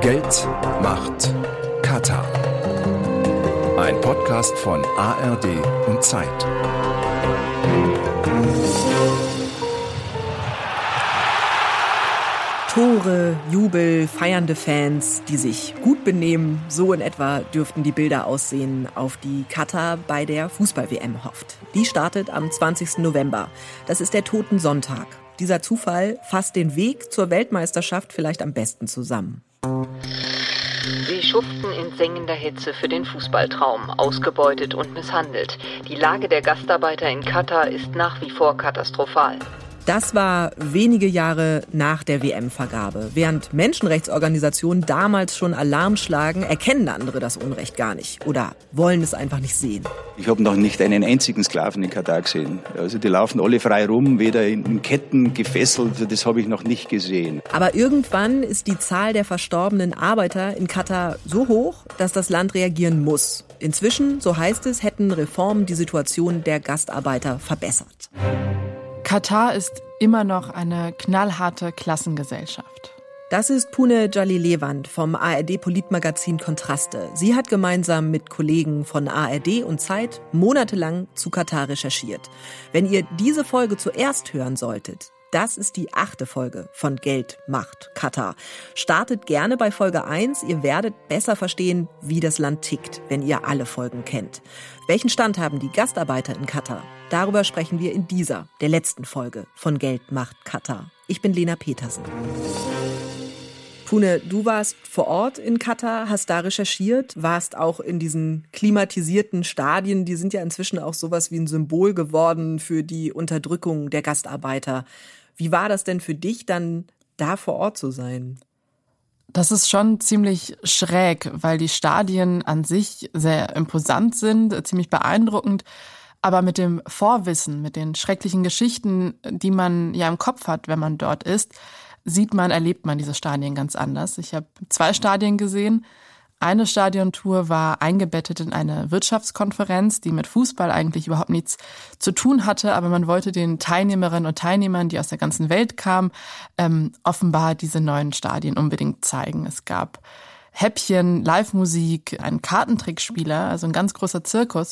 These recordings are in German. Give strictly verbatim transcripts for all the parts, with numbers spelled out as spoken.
Geld, Macht, Katar. Ein Podcast von A R D und Zeit. Tore, Jubel, feiernde Fans, die sich gut benehmen. So in etwa dürften die Bilder aussehen, auf die Katar bei der Fußball-W M hofft. Die startet am zwanzigsten November. Das ist der Totensonntag. Dieser Zufall fasst den Weg zur Weltmeisterschaft vielleicht am besten zusammen. Sie schuften in sengender Hitze für den Fußballtraum, ausgebeutet und misshandelt. Die Lage der Gastarbeiter in Katar ist nach wie vor katastrophal. Das war wenige Jahre nach der W M-Vergabe. Während Menschenrechtsorganisationen damals schon Alarm schlagen, erkennen andere das Unrecht gar nicht oder wollen es einfach nicht sehen. Ich habe noch nicht einen einzigen Sklaven in Katar gesehen. Also die laufen alle frei rum, weder in Ketten gefesselt, das habe ich noch nicht gesehen. Aber irgendwann ist die Zahl der verstorbenen Arbeiter in Katar so hoch, dass das Land reagieren muss. Inzwischen, so heißt es, hätten Reformen die Situation der Gastarbeiter verbessert. Katar ist immer noch eine knallharte Klassengesellschaft. Das ist Pune Jalilewand vom A R D-Politmagazin Kontraste. Sie hat gemeinsam mit Kollegen von A R D und Zeit monatelang zu Katar recherchiert. Wenn ihr diese Folge zuerst hören solltet, das ist die achte Folge von Geld, Macht, Katar. Startet gerne bei Folge eins. Ihr werdet besser verstehen, wie das Land tickt, wenn ihr alle Folgen kennt. Welchen Stand haben die Gastarbeiter in Katar? Darüber sprechen wir in dieser, der letzten Folge von Geld, Macht, Katar. Ich bin Lena Petersen. Pune, du warst vor Ort in Katar, hast da recherchiert, warst auch in diesen klimatisierten Stadien. Die sind ja inzwischen auch sowas wie ein Symbol geworden für die Unterdrückung der Gastarbeiter. Wie war das denn für dich, dann da vor Ort zu sein? Das ist schon ziemlich schräg, weil die Stadien an sich sehr imposant sind, ziemlich beeindruckend. Aber mit dem Vorwissen, mit den schrecklichen Geschichten, die man ja im Kopf hat, wenn man dort ist, sieht man, erlebt man diese Stadien ganz anders. Ich habe zwei Stadien gesehen. Eine Stadiontour war eingebettet in eine Wirtschaftskonferenz, die mit Fußball eigentlich überhaupt nichts zu tun hatte, aber man wollte den Teilnehmerinnen und Teilnehmern, die aus der ganzen Welt kamen, ähm, offenbar diese neuen Stadien unbedingt zeigen. Es gab Häppchen, Live-Musik, einen Kartentrickspieler, also ein ganz großer Zirkus.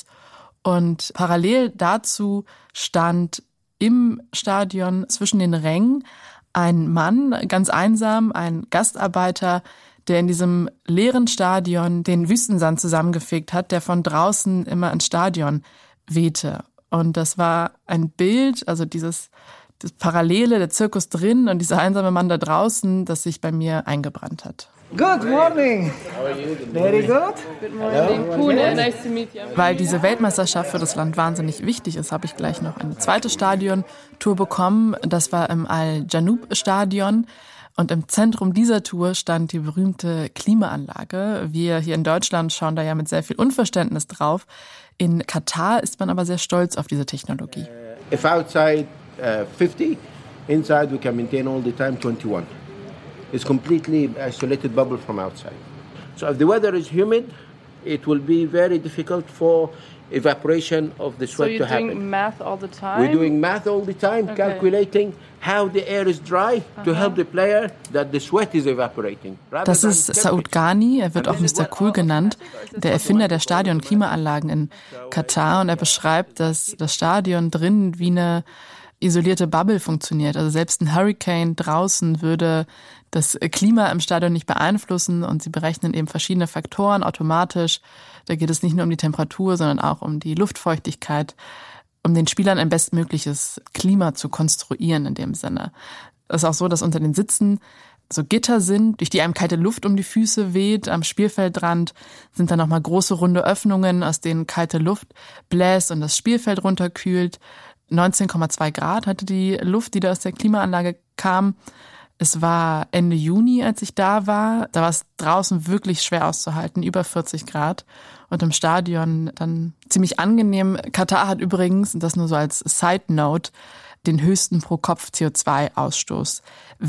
Und parallel dazu stand im Stadion zwischen den Rängen ein Mann, ganz einsam, ein Gastarbeiter, der in diesem leeren Stadion den Wüstensand zusammengefegt hat, der von draußen immer ins Stadion wehte. Und das war ein Bild, also dieses das Parallele, der Zirkus drin und dieser einsame Mann da draußen, das sich bei mir eingebrannt hat. Good morning. How are you? Very good. Good morning. Pune, nice to meet you. Weil diese Weltmeisterschaft für das Land wahnsinnig wichtig ist, habe ich gleich noch eine zweite Stadiontour bekommen. Das war im Al-Janoub-Stadion. Und im Zentrum dieser Tour stand die berühmte Klimaanlage. Wir hier in Deutschland schauen da ja mit sehr viel Unverständnis drauf. In Katar ist man aber sehr stolz auf diese Technologie. Uh, if outside uh, fifty, inside we can maintain all the time twenty-one. It's completely isolated bubble from outside. So if the weather is humid, it will be very difficult for evaporation of the sweat to happen. So you're doing math all the time? We're doing math all the time, okay. Calculating how the air is dry uh-huh. to help the player that the sweat is evaporating. Das ist Saud Ghani, er wird auch Mister Cool genannt, der Erfinder der Stadion- und Klimaanlagen in Katar. Und er beschreibt, dass das Stadion drinnen wie eine isolierte Bubble funktioniert. Also selbst ein Hurricane draußen würde das Klima im Stadion nicht beeinflussen und sie berechnen eben verschiedene Faktoren automatisch. Da geht es nicht nur um die Temperatur, sondern auch um die Luftfeuchtigkeit, um den Spielern ein bestmögliches Klima zu konstruieren in dem Sinne. Es ist auch so, dass unter den Sitzen so Gitter sind, durch die einem kalte Luft um die Füße weht. Am Spielfeldrand sind dann nochmal große runde Öffnungen, aus denen kalte Luft bläst und das Spielfeld runterkühlt. neunzehn Komma zwei Grad hatte die Luft, die da aus der Klimaanlage kam. Es war Ende Juni, als ich da war. Da war es draußen wirklich schwer auszuhalten, über vierzig Grad. Und im Stadion dann ziemlich angenehm. Katar hat übrigens, und das nur so als Side Note, den höchsten Pro-Kopf-C O zwei Ausstoß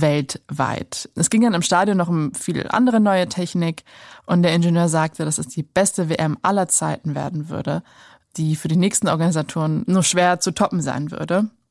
weltweit. Es ging dann im Stadion noch um viel andere neue Technik. Und der Ingenieur sagte, dass es die beste W M aller Zeiten werden würde, die für die nächsten Organisatoren nur schwer zu toppen sein würde.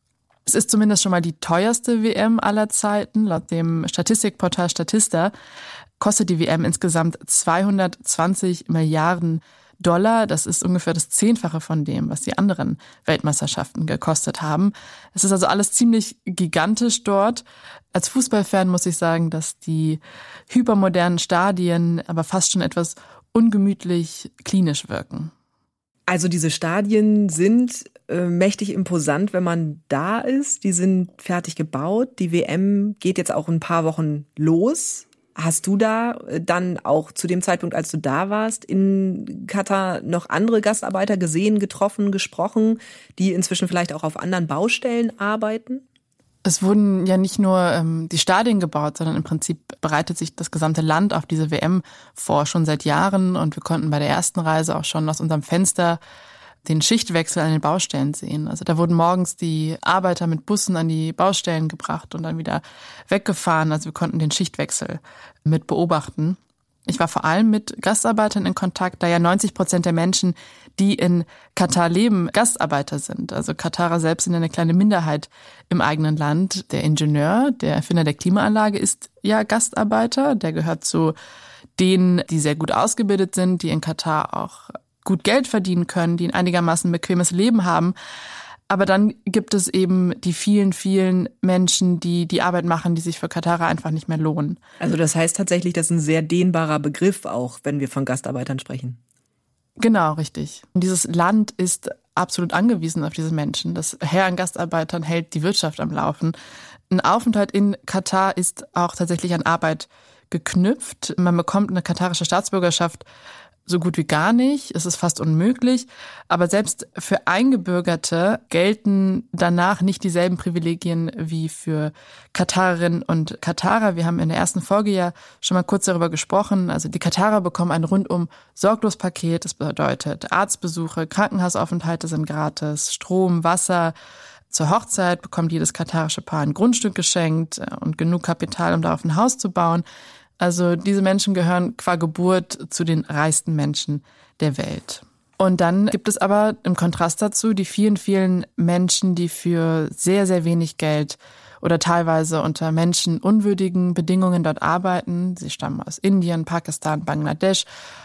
Es ist zumindest schon mal die teuerste W M aller Zeiten. Laut dem Statistikportal Statista kostet die W M insgesamt zweihundertzwanzig Milliarden Dollar. Das ist ungefähr das Zehnfache von dem, was die anderen Weltmeisterschaften gekostet haben. Es ist also alles ziemlich gigantisch dort. Als Fußballfan muss ich sagen, dass die hypermodernen Stadien aber fast schon etwas ungemütlich klinisch wirken. Also diese Stadien sind äh, mächtig imposant, wenn man da ist. Die sind fertig gebaut. Die W M geht jetzt auch in ein paar Wochen los. Hast du da dann auch zu dem Zeitpunkt, als du da warst, in Katar noch andere Gastarbeiter gesehen, getroffen, gesprochen, die inzwischen vielleicht auch auf anderen Baustellen arbeiten? Es wurden ja nicht nur ähm, die Stadien gebaut, sondern im Prinzip bereitet sich das gesamte Land auf diese W M vor, schon seit Jahren. Und wir konnten bei der ersten Reise auch schon aus unserem Fenster den Schichtwechsel an den Baustellen sehen. Also da wurden morgens die Arbeiter mit Bussen an die Baustellen gebracht und dann wieder weggefahren. Also wir konnten den Schichtwechsel mit beobachten. Ich war vor allem mit Gastarbeitern in Kontakt, da ja neunzig Prozent der Menschen, die in Katar leben, Gastarbeiter sind. Also Katarer selbst sind eine kleine Minderheit im eigenen Land. Der Ingenieur, der Erfinder der Klimaanlage, ist ja Gastarbeiter. Der gehört zu denen, die sehr gut ausgebildet sind, die in Katar auch gut Geld verdienen können, die ein einigermaßen bequemes Leben haben. Aber dann gibt es eben die vielen, vielen Menschen, die die Arbeit machen, die sich für Katarer einfach nicht mehr lohnen. Also das heißt tatsächlich, das ist ein sehr dehnbarer Begriff auch, wenn wir von Gastarbeitern sprechen. Genau, richtig. Und dieses Land ist absolut angewiesen auf diese Menschen. Das Heer an Gastarbeitern hält die Wirtschaft am Laufen. Ein Aufenthalt in Katar ist auch tatsächlich an Arbeit geknüpft. Man bekommt eine katarische Staatsbürgerschaft so gut wie gar nicht. Es ist fast unmöglich. Aber selbst für Eingebürgerte gelten danach nicht dieselben Privilegien wie für Katarerinnen und Katarer. Wir haben in der ersten Folge ja schon mal kurz darüber gesprochen. Also die Katarer bekommen ein rundum sorglos Paket. Das bedeutet Arztbesuche, Krankenhausaufenthalte sind gratis, Strom, Wasser. Zur Hochzeit bekommt jedes katarische Paar ein Grundstück geschenkt und genug Kapital, um darauf ein Haus zu bauen. Also diese Menschen gehören qua Geburt zu den reichsten Menschen der Welt. Und dann gibt es aber im Kontrast dazu die vielen, vielen Menschen, die für sehr, sehr wenig Geld oder teilweise unter menschenunwürdigen Bedingungen dort arbeiten. Sie stammen aus Indien, Pakistan, Bangladesch,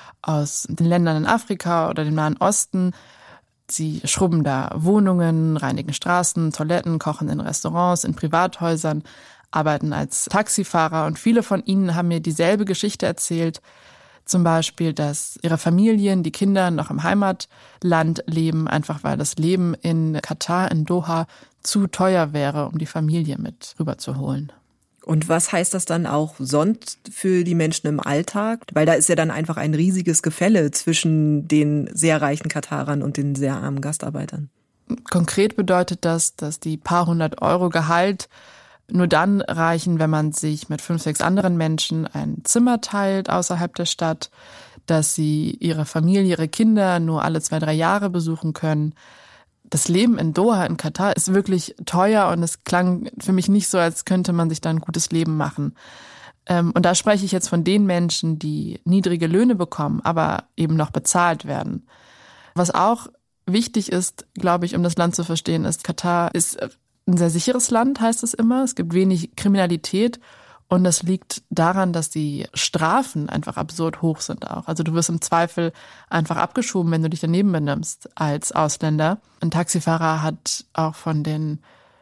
aus den Ländern in Afrika oder dem Nahen Osten. Sie schrubben da Wohnungen, reinigen Straßen, Toiletten, kochen in Restaurants, in Privathäusern, arbeiten als Taxifahrer und viele von ihnen haben mir dieselbe Geschichte erzählt. Zum Beispiel, dass ihre Familien, die Kinder noch im Heimatland leben, einfach weil das Leben in Katar, in Doha, zu teuer wäre, um die Familie mit rüberzuholen. Und was heißt das dann auch sonst für die Menschen im Alltag? Weil da ist ja dann einfach ein riesiges Gefälle zwischen den sehr reichen Katarern und den sehr armen Gastarbeitern. Konkret bedeutet das, dass die paar hundert Euro Gehalt nur dann reichen, wenn man sich mit fünf, sechs anderen Menschen ein Zimmer teilt außerhalb der Stadt, dass sie ihre Familie, ihre Kinder nur alle zwei, drei Jahre besuchen können. Das Leben in Doha, in Katar, ist wirklich teuer und es klang für mich nicht so, als könnte man sich da ein gutes Leben machen. Und da spreche ich jetzt von den Menschen, die niedrige Löhne bekommen, aber eben noch bezahlt werden. Was auch wichtig ist, glaube ich, um das Land zu verstehen, ist, Katar ist ein sehr sicheres Land, heißt es immer. Es gibt wenig Kriminalität und das liegt daran, dass die Strafen einfach absurd hoch sind auch. Also du wirst im Zweifel einfach abgeschoben, wenn du dich daneben benimmst als Ausländer. Ein Taxifahrer hat auch von den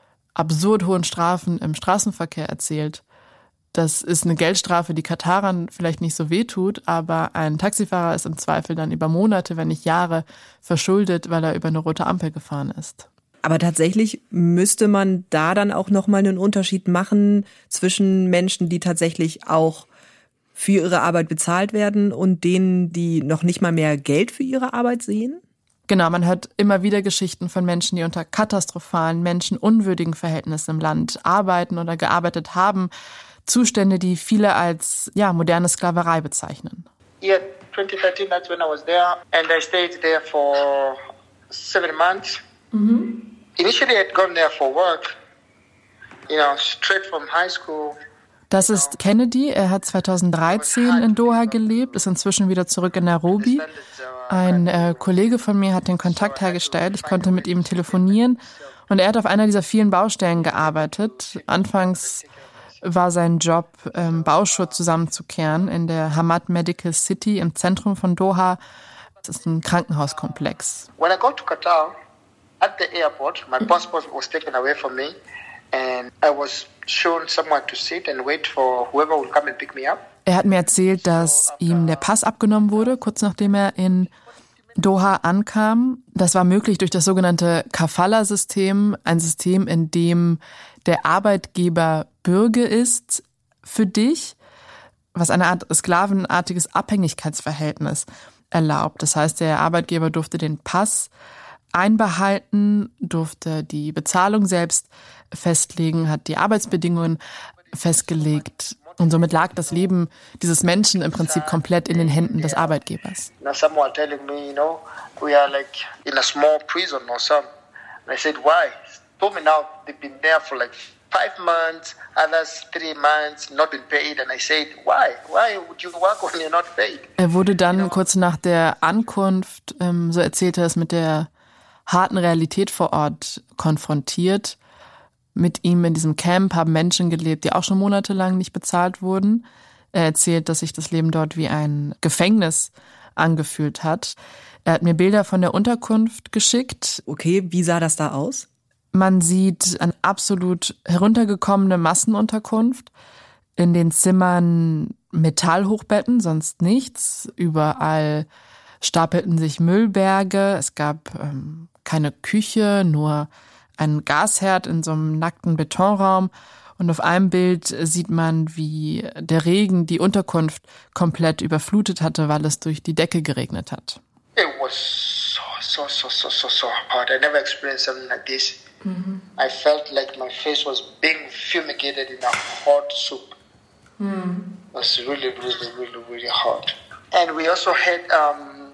absurd hohen Strafen im Straßenverkehr erzählt. Das ist eine Geldstrafe, die Katarern vielleicht nicht so wehtut, aber ein Taxifahrer ist im Zweifel dann über Monate, wenn nicht Jahre, verschuldet, weil er über eine rote Ampel gefahren ist. Aber tatsächlich müsste man da dann auch nochmal einen Unterschied machen zwischen Menschen, die tatsächlich auch für ihre Arbeit bezahlt werden und denen, die noch nicht mal mehr Geld für ihre Arbeit sehen? Genau, man hört immer wieder Geschichten von Menschen, die unter katastrophalen, menschenunwürdigen Verhältnissen im Land arbeiten oder gearbeitet haben. Zustände, die viele als ja moderne Sklaverei bezeichnen. Yeah, twenty thirteen, that's when I was there and I stayed there for seven months. Mm-hmm. Initially, I'd gone there for work, you know, straight from high school. Das ist Kennedy. Er hat zweitausenddreizehn in Doha gelebt, ist inzwischen wieder zurück in Nairobi. Ein äh, Kollege von mir hat den Kontakt hergestellt. Ich konnte mit ihm telefonieren Und er hat auf einer dieser vielen Baustellen gearbeitet. Anfangs war sein Job, ähm, Bauschutt zusammenzukehren in der Hamad Medical City im Zentrum von Doha. Das ist ein Krankenhauskomplex. When I got to Qatar, at the airport, my passport was taken away from me and I was shown somewhere to sit and wait for whoever will come and pick me up. Er hat mir erzählt, dass ihm der Pass abgenommen wurde, kurz nachdem er in Doha ankam. Das war möglich durch das sogenannte Kafala-System, ein System, in dem der Arbeitgeber Bürge ist für dich, was eine Art sklavenartiges Abhängigkeitsverhältnis erlaubt. Das heißt, der Arbeitgeber durfte den Pass einbehalten, durfte die Bezahlung selbst festlegen, hat die Arbeitsbedingungen festgelegt. Und somit lag das Leben dieses Menschen im Prinzip komplett in den Händen des Arbeitgebers. Now someone telling me, you know, we are like in a small prison or something. And I said, why? Told me now they've been there for like five months, others three months, not been paid. And I said, why? Why would you work when you're not paid? Er wurde dann kurz nach der Ankunft, ähm, so erzählte er es, mit der harten Realität vor Ort konfrontiert. Mit ihm in diesem Camp haben Menschen gelebt, die auch schon monatelang nicht bezahlt wurden. Er erzählt, dass sich das Leben dort wie ein Gefängnis angefühlt hat. Er hat mir Bilder von der Unterkunft geschickt. Okay, wie sah das da aus? Man sieht eine absolut heruntergekommene Massenunterkunft. In den Zimmern Metallhochbetten, sonst nichts. Überall stapelten sich Müllberge. Es gab ähm, keine Küche, nur ein Gasherd in so einem nackten Betonraum. Und auf einem Bild sieht man, wie der Regen die Unterkunft komplett überflutet hatte, weil es durch die Decke geregnet hat. It was so, so, so, so, so hard. I never experienced something like this. Mm-hmm. I felt like my face was being fumigated in a hot soup. Mm. It was really, really, really, really hard. And we also had, um,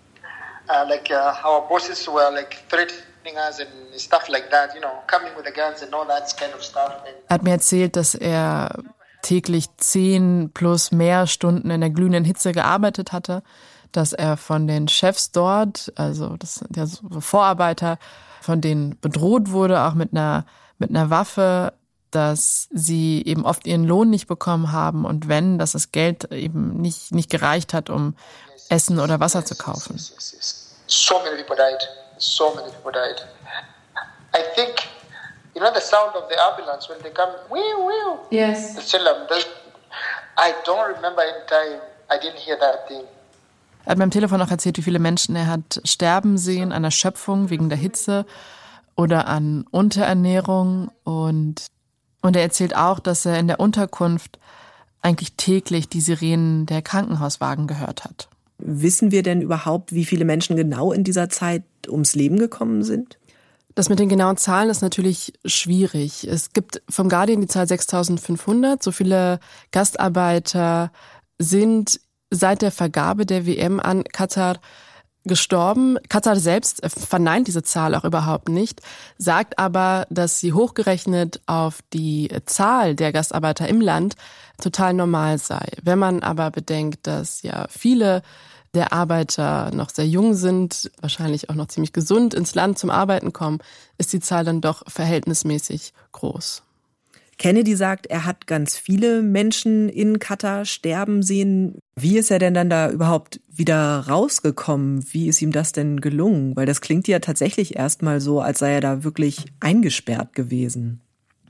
uh, like, uh, our bosses were like threatening us and stuff like that, you know, coming with the guns and all that kind of stuff. Er hat mir erzählt, dass er täglich zehn plus mehr Stunden in der glühenden Hitze gearbeitet hatte, dass er von den Chefs dort, also das sind ja so Vorarbeiter, von denen bedroht wurde, auch mit einer, mit einer Waffe, dass sie eben oft ihren Lohn nicht bekommen haben und wenn, dass das Geld eben nicht, nicht gereicht hat, um Essen oder Wasser zu kaufen. So many people died. So many people died. I think, you know the sound of the ambulance when they come, wee, wee. Yes. The salam, I don't remember any time I didn't hear that thing. Er hat mir am Telefon auch erzählt, wie viele Menschen er hat sterben sehen an Erschöpfung wegen der Hitze oder an Unterernährung. Und, und er erzählt auch, dass er in der Unterkunft eigentlich täglich die Sirenen der Krankenhauswagen gehört hat. Wissen wir denn überhaupt, wie viele Menschen genau in dieser Zeit ums Leben gekommen sind? Das mit den genauen Zahlen ist natürlich schwierig. Es gibt vom Guardian die Zahl sechstausendfünfhundert. So viele Gastarbeiter sind seit der Vergabe der W M an Katar gestorben. Katar selbst verneint diese Zahl auch überhaupt nicht, sagt aber, dass sie hochgerechnet auf die Zahl der Gastarbeiter im Land total normal sei. Wenn man aber bedenkt, dass ja viele der Arbeiter noch sehr jung sind, wahrscheinlich auch noch ziemlich gesund ins Land zum Arbeiten kommen, ist die Zahl dann doch verhältnismäßig groß. Kennedy sagt, er hat ganz viele Menschen in Katar sterben sehen. Wie ist er denn dann da überhaupt wieder rausgekommen? Wie ist ihm das denn gelungen? Weil das klingt ja tatsächlich erstmal so, als sei er da wirklich eingesperrt gewesen.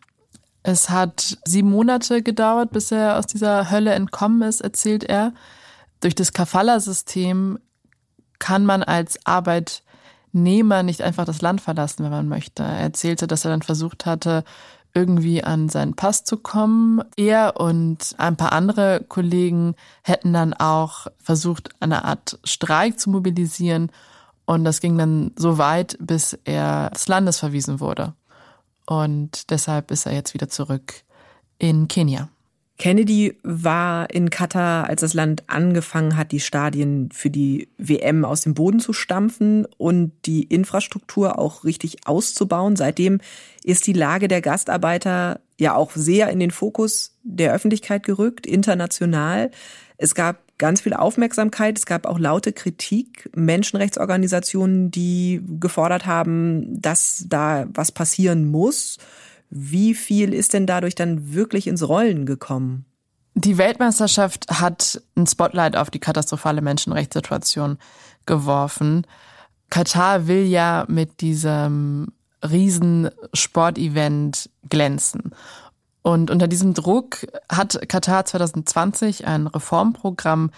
Es hat sieben Monate gedauert, bis er aus dieser Hölle entkommen ist, erzählt er. Durch das Kafala-System kann man als Arbeitnehmer nicht einfach das Land verlassen, wenn man möchte. Er erzählte, dass er dann versucht hatte, irgendwie an seinen Pass zu kommen. Er und ein paar andere Kollegen hätten dann auch versucht, eine Art Streik zu mobilisieren. Und das ging dann so weit, bis er des Landes verwiesen wurde. Und deshalb ist er jetzt wieder zurück in Kenia. Kennedy war in Katar, als das Land angefangen hat, die Stadien für die W M aus dem Boden zu stampfen und die Infrastruktur auch richtig auszubauen. Seitdem ist die Lage der Gastarbeiter ja auch sehr in den Fokus der Öffentlichkeit gerückt, international. Es gab ganz viel Aufmerksamkeit, es gab auch laute Kritik, Menschenrechtsorganisationen, die gefordert haben, dass da was passieren muss. Wie viel ist denn dadurch dann wirklich ins Rollen gekommen? Die Weltmeisterschaft hat ein Spotlight auf die katastrophale Menschenrechtssituation geworfen. Katar will ja mit diesem riesen Sportevent glänzen. Und unter diesem Druck hat Katar zwanzig zwanzig ein Reformprogramm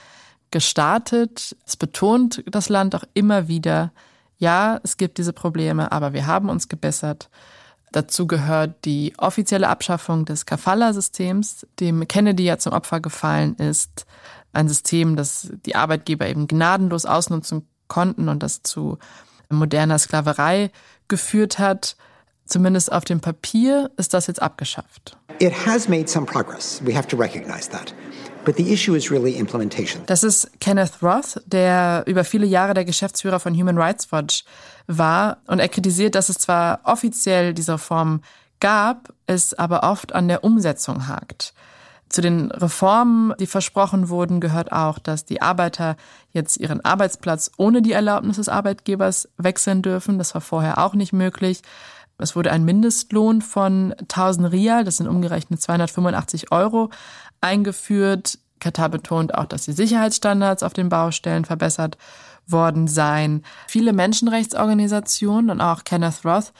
gestartet. Es betont das Land auch immer wieder, ja, es gibt diese Probleme, aber wir haben uns gebessert. Dazu gehört die offizielle Abschaffung des Kafala-Systems, dem Kennedy ja zum Opfer gefallen ist. Ein System, das die Arbeitgeber eben gnadenlos ausnutzen konnten und das zu moderner Sklaverei geführt hat. Zumindest auf dem Papier ist das jetzt abgeschafft. It has made some progress. We have to recognize that. But the issue is really implementation. Das ist Kenneth Roth, der über viele Jahre der Geschäftsführer von Human Rights Watch war. Und er kritisiert, dass es zwar offiziell diese Reformen gab, es aber oft an der Umsetzung hakt. Zu den Reformen, die versprochen wurden, gehört auch, dass die Arbeiter jetzt ihren Arbeitsplatz ohne die Erlaubnis des Arbeitgebers wechseln dürfen. Das war vorher auch nicht möglich. Es wurde ein Mindestlohn von tausend Rial, das sind umgerechnet zweihundertfünfundachtzig Euro, eingeführt. Katar betont auch, dass die Sicherheitsstandards auf den Baustellen verbessert worden seien. Viele Menschenrechtsorganisationen und auch Kenneth Roth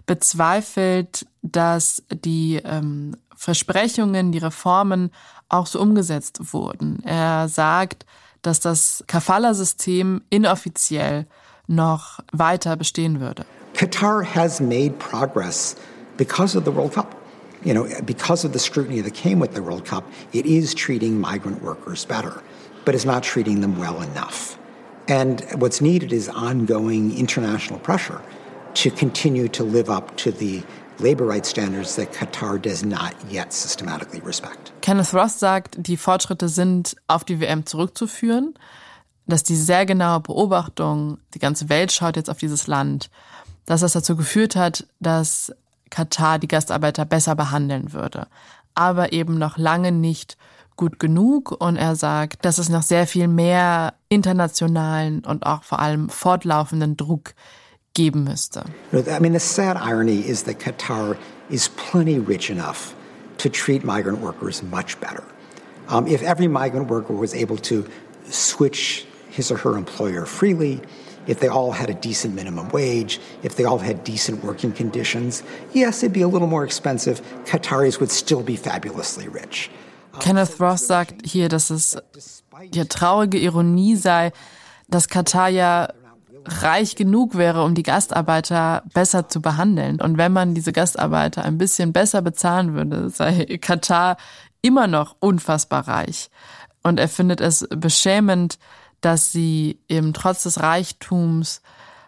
bezweifelt, dass die ähm, Versprechungen, die Reformen auch so umgesetzt wurden. Er sagt, dass das Kafala-System inoffiziell noch weiter bestehen würde. Qatar has made progress because of the World Cup. You know, because of the scrutiny that came with the World Cup, it is treating migrant workers better, but it's not treating them well enough. And what's needed is ongoing international pressure to continue to live up to the labor rights standards that Qatar does not yet systematically respect. Kenneth Roth sagt, die Fortschritte sind auf die W M zurückzuführen, dass die sehr genaue Beobachtung, die ganze Welt schaut jetzt auf dieses Land, dass das dazu geführt hat, dass Katar die Gastarbeiter besser behandeln würde. Aber eben noch lange nicht gut genug. Und er sagt, dass es noch sehr viel mehr internationalen und auch vor allem fortlaufenden Druck geben müsste. I mean, the sad irony is that Qatar is plenty rich enough to treat migrant workers much better. Um, if every migrant worker was able to switch his or her employer freely, if they all had a decent minimum wage, if they all had decent working conditions, yes, it'd be a little more expensive. Qataris would still be fabulously rich. Kenneth Roth sagt hier, dass es ja traurige Ironie sei, dass Katar ja reich genug wäre, um die Gastarbeiter besser zu behandeln. Und wenn man diese Gastarbeiter ein bisschen besser bezahlen würde, sei Katar immer noch unfassbar reich. Und er findet es beschämend, dass sie eben trotz des Reichtums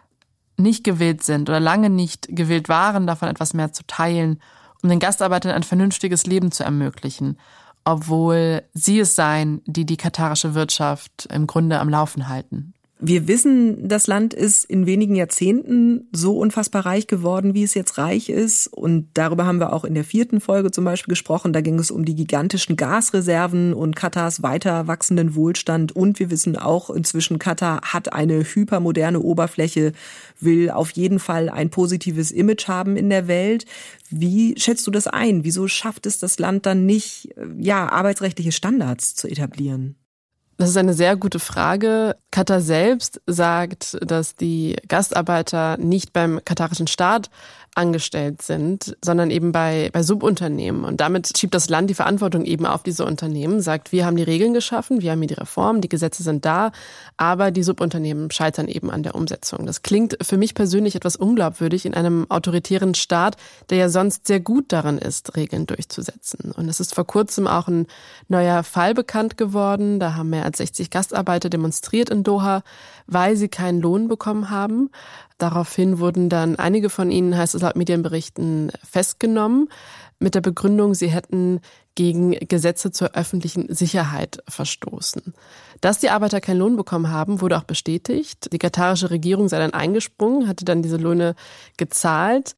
nicht gewillt sind oder lange nicht gewillt waren, davon etwas mehr zu teilen, um den Gastarbeitern ein vernünftiges Leben zu ermöglichen, obwohl sie es seien, die die katarische Wirtschaft im Grunde am Laufen halten. Wir wissen, das Land ist in wenigen Jahrzehnten so unfassbar reich geworden, wie es jetzt reich ist. Und darüber haben wir auch in der vierten Folge zum Beispiel gesprochen. Da ging es um die gigantischen Gasreserven und Katars weiter wachsenden Wohlstand. Und wir wissen auch inzwischen, Katar hat eine hypermoderne Oberfläche, will auf jeden Fall ein positives Image haben in der Welt. Wie schätzt du das ein? Wieso schafft es das Land dann nicht, ja, arbeitsrechtliche Standards zu etablieren? Das ist eine sehr gute Frage. Katar selbst sagt, dass die Gastarbeiter nicht beim katarischen Staat angestellt sind, sondern eben bei, bei Subunternehmen. Und damit schiebt das Land die Verantwortung eben auf diese Unternehmen, sagt, wir haben die Regeln geschaffen, wir haben hier die Reformen, die Gesetze sind da, aber die Subunternehmen scheitern eben an der Umsetzung. Das klingt für mich persönlich etwas unglaubwürdig in einem autoritären Staat, der ja sonst sehr gut darin ist, Regeln durchzusetzen. Und es ist vor kurzem auch ein neuer Fall bekannt geworden. Da haben mehr als sechzig Gastarbeiter demonstriert in Doha, weil sie keinen Lohn bekommen haben. Daraufhin wurden dann einige von ihnen, heißt es laut Medienberichten, festgenommen mit der Begründung, sie hätten gegen Gesetze zur öffentlichen Sicherheit verstoßen. Dass die Arbeiter keinen Lohn bekommen haben, wurde auch bestätigt. Die katarische Regierung sei dann eingesprungen, hatte dann diese Löhne gezahlt.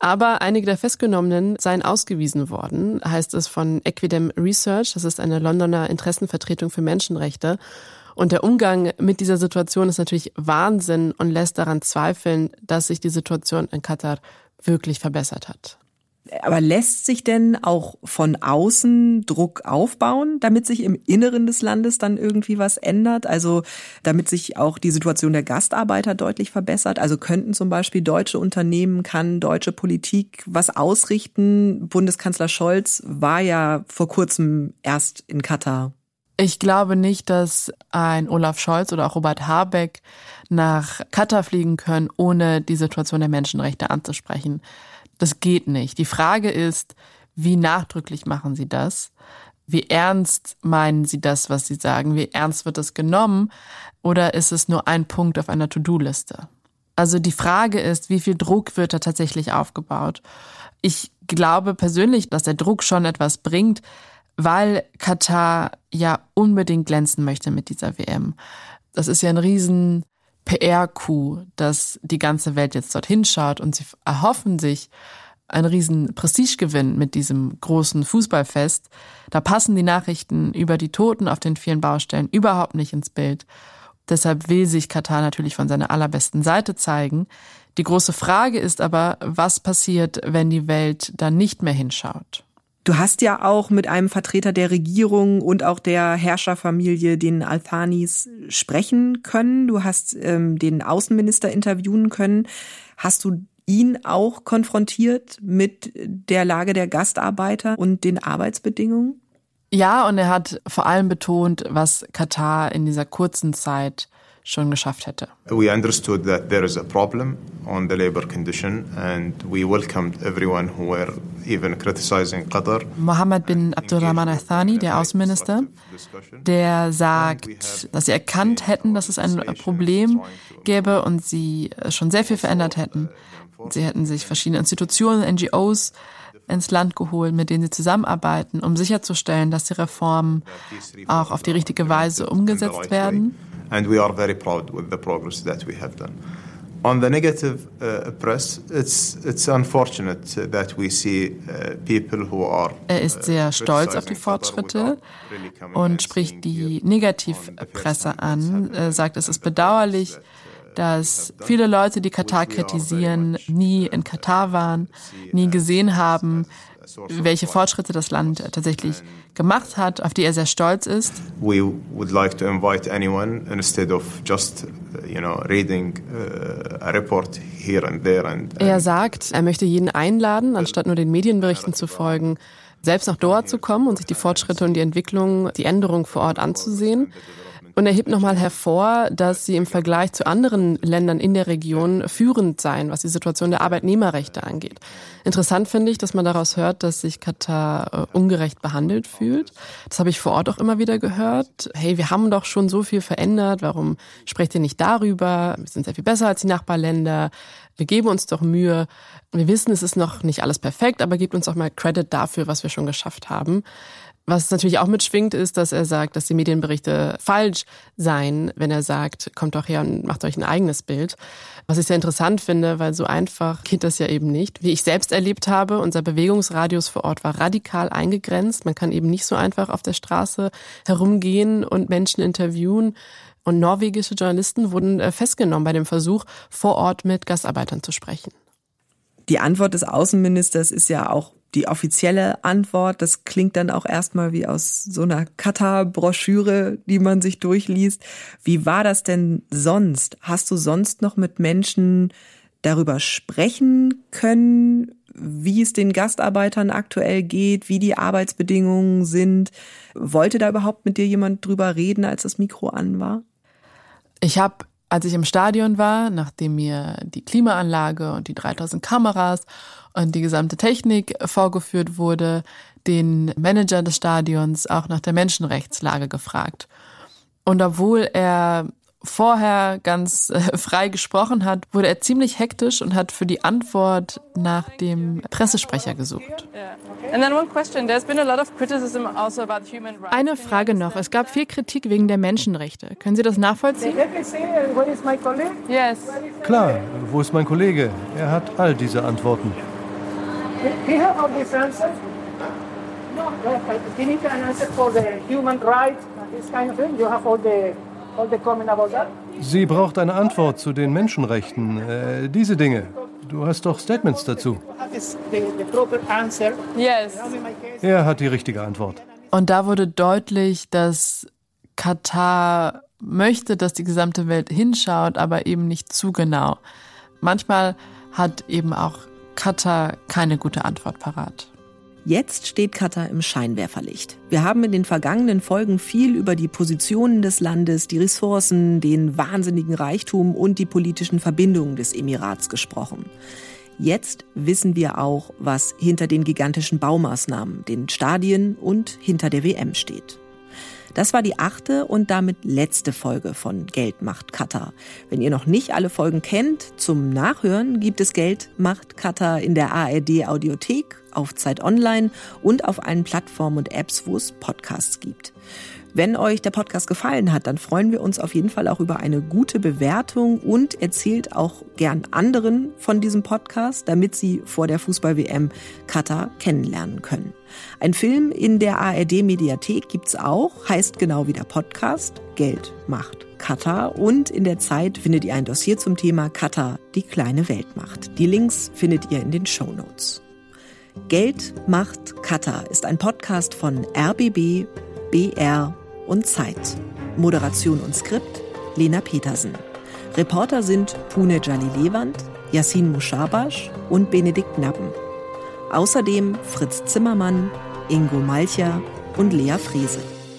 Aber einige der Festgenommenen seien ausgewiesen worden, heißt es von Equidem Research. Das ist eine Londoner Interessenvertretung für Menschenrechte. Und der Umgang mit dieser Situation ist natürlich Wahnsinn und lässt daran zweifeln, dass sich die Situation in Katar wirklich verbessert hat. Aber lässt sich denn auch von außen Druck aufbauen, damit sich im Inneren des Landes dann irgendwie was ändert? Also damit sich auch die Situation der Gastarbeiter deutlich verbessert? Also könnten zum Beispiel deutsche Unternehmen, kann deutsche Politik was ausrichten? Bundeskanzler Scholz war ja vor kurzem erst in Katar. Ich glaube nicht, dass ein Olaf Scholz oder auch Robert Habeck nach Katar fliegen können, ohne die Situation der Menschenrechte anzusprechen. Das geht nicht. Die Frage ist, wie nachdrücklich machen Sie das? Wie ernst meinen Sie das, was Sie sagen? Wie ernst wird das genommen? Oder ist es nur ein Punkt auf einer To-Do-Liste? Also die Frage ist, wie viel Druck wird da tatsächlich aufgebaut? Ich glaube persönlich, dass der Druck schon etwas bringt, weil Katar ja unbedingt glänzen möchte mit dieser W M. Das ist ja ein riesen P R-Coup, dass die ganze Welt jetzt dorthin schaut und sie erhoffen sich einen riesen Prestigegewinn mit diesem großen Fußballfest. Da passen die Nachrichten über die Toten auf den vielen Baustellen überhaupt nicht ins Bild. Deshalb will sich Katar natürlich von seiner allerbesten Seite zeigen. Die große Frage ist aber, was passiert, wenn die Welt dann nicht mehr hinschaut? Du hast ja auch mit einem Vertreter der Regierung und auch der Herrscherfamilie, den Al-Thanis, sprechen können. Du hast ähm, den Außenminister interviewen können. Hast du ihn auch konfrontiert mit der Lage der Gastarbeiter und den Arbeitsbedingungen? Ja, und er hat vor allem betont, was Katar in dieser kurzen Zeit schon geschafft hätte. We understood that there is a problem on the labor condition and we welcomed everyone who were even criticizing Qatar. Mohammed bin Abdurrahman Al-Thani, der Außenminister, der sagt, dass sie erkannt hätten, dass es ein Problem gäbe und sie schon sehr viel verändert hätten. Sie hätten sich verschiedene Institutionen, N G Os ins Land geholt, mit denen sie zusammenarbeiten, um sicherzustellen, dass die Reformen auch auf die richtige Weise umgesetzt werden. And we are very proud with the progress that we have done. On the negative uh, press, it's it's unfortunate that we see uh, people who are. Er ist sehr stolz auf die Fortschritte und spricht die Negativpresse an, er sagt, es ist bedauerlich, dass viele Leute, die Katar kritisieren, nie in Katar waren, nie gesehen haben, welche Fortschritte das Land tatsächlich gemacht hat, auf die er sehr stolz ist. We would like to invite anyone instead of just, you know, reading a report here and there and. Er sagt, er möchte jeden einladen, anstatt nur den Medienberichten zu folgen, selbst nach Doha zu kommen und sich die Fortschritte und die Entwicklung, die Änderungen vor Ort anzusehen. Und er hebt nochmal hervor, dass sie im Vergleich zu anderen Ländern in der Region führend seien, was die Situation der Arbeitnehmerrechte angeht. Interessant finde ich, dass man daraus hört, dass sich Katar äh, ungerecht behandelt fühlt. Das habe ich vor Ort auch immer wieder gehört. Hey, wir haben doch schon so viel verändert, warum sprecht ihr nicht darüber? Wir sind sehr viel besser als die Nachbarländer. Wir geben uns doch Mühe. Wir wissen, es ist noch nicht alles perfekt, aber gebt uns auch mal Credit dafür, was wir schon geschafft haben. Was natürlich auch mitschwingt, ist, dass er sagt, dass die Medienberichte falsch seien, wenn er sagt, kommt doch her und macht euch ein eigenes Bild. Was ich sehr interessant finde, weil so einfach geht das ja eben nicht. Wie ich selbst erlebt habe, unser Bewegungsradius vor Ort war radikal eingegrenzt. Man kann eben nicht so einfach auf der Straße herumgehen und Menschen interviewen. Und norwegische Journalisten wurden festgenommen bei dem Versuch, vor Ort mit Gastarbeitern zu sprechen. Die Antwort des Außenministers ist ja auch die offizielle Antwort. Das klingt dann auch erstmal wie aus so einer Katar-Broschüre, die man sich durchliest. Wie war das denn sonst? Hast du sonst noch mit Menschen darüber sprechen können, wie es den Gastarbeitern aktuell geht, wie die Arbeitsbedingungen sind? Wollte da überhaupt mit dir jemand drüber reden, als das Mikro an war? Ich habe, als ich im Stadion war, nachdem mir die Klimaanlage und die dreitausend Kameras und die gesamte Technik vorgeführt wurde, den Manager des Stadions auch nach der Menschenrechtslage gefragt. Und obwohl er vorher ganz äh, frei gesprochen hat, wurde er ziemlich hektisch und hat für die Antwort nach dem Pressesprecher gesucht. Eine Frage noch. Es gab viel Kritik wegen der Menschenrechte. Können Sie das nachvollziehen? Klar, wo ist mein Kollege? Er hat all diese Antworten. Do you have all these answers? No, you need an answer for the human rights and this kind of thing. You have all the, all the comment about that? Sie braucht eine Antwort zu den Menschenrechten, äh, diese Dinge. Du hast doch Statements dazu. Yes. Er hat die richtige Antwort. Und da wurde deutlich, dass Katar möchte, dass die gesamte Welt hinschaut, aber eben nicht zu genau. Manchmal hat eben auch Katar keine gute Antwort parat. Jetzt steht Katar im Scheinwerferlicht. Wir haben in den vergangenen Folgen viel über die Positionen des Landes, die Ressourcen, den wahnsinnigen Reichtum und die politischen Verbindungen des Emirats gesprochen. Jetzt wissen wir auch, was hinter den gigantischen Baumaßnahmen, den Stadien und hinter der W M steht. Das war die achte und damit letzte Folge von Geld macht Katar. Wenn ihr noch nicht alle Folgen kennt, zum Nachhören gibt es Geld macht Katar in der A R D Audiothek, auf Zeit Online und auf allen Plattformen und Apps, wo es Podcasts gibt. Wenn euch der Podcast gefallen hat, dann freuen wir uns auf jeden Fall auch über eine gute Bewertung und erzählt auch gern anderen von diesem Podcast, damit sie vor der Fußball-W M Katar kennenlernen können. Ein Film in der A R D-Mediathek gibt's auch, heißt genau wie der Podcast, Geld macht Katar. Und in der Zeit findet ihr ein Dossier zum Thema Katar, die kleine Weltmacht. Die Links findet ihr in den Shownotes. Geld macht Katar ist ein Podcast von R B B, B R und Zeit. Moderation und Skript Lena Petersen. Reporter sind Pune Jalilewand, Yassin Mushabash und Benedikt Nappen. Außerdem Fritz Zimmermann, Ingo Malcher und Lea Frese.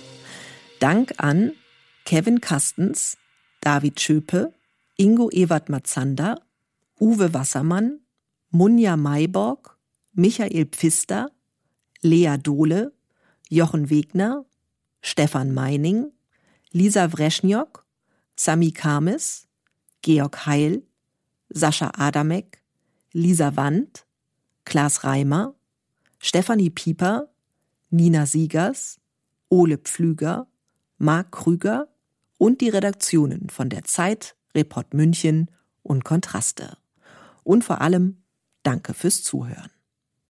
Dank an Kevin Kastens, David Schöpe, Ingo Ewert Mazzander, Uwe Wassermann, Munja Mayborg, Michael Pfister, Lea Dohle, Jochen Wegner, Stefan Meining, Lisa Wreschniok, Sami Kamis, Georg Heil, Sascha Adamek, Lisa Wandt, Klaas Reimer, Stefanie Pieper, Nina Siegers, Ole Pflüger, Marc Krüger und die Redaktionen von der Zeit, Report München und Kontraste. Und vor allem danke fürs Zuhören.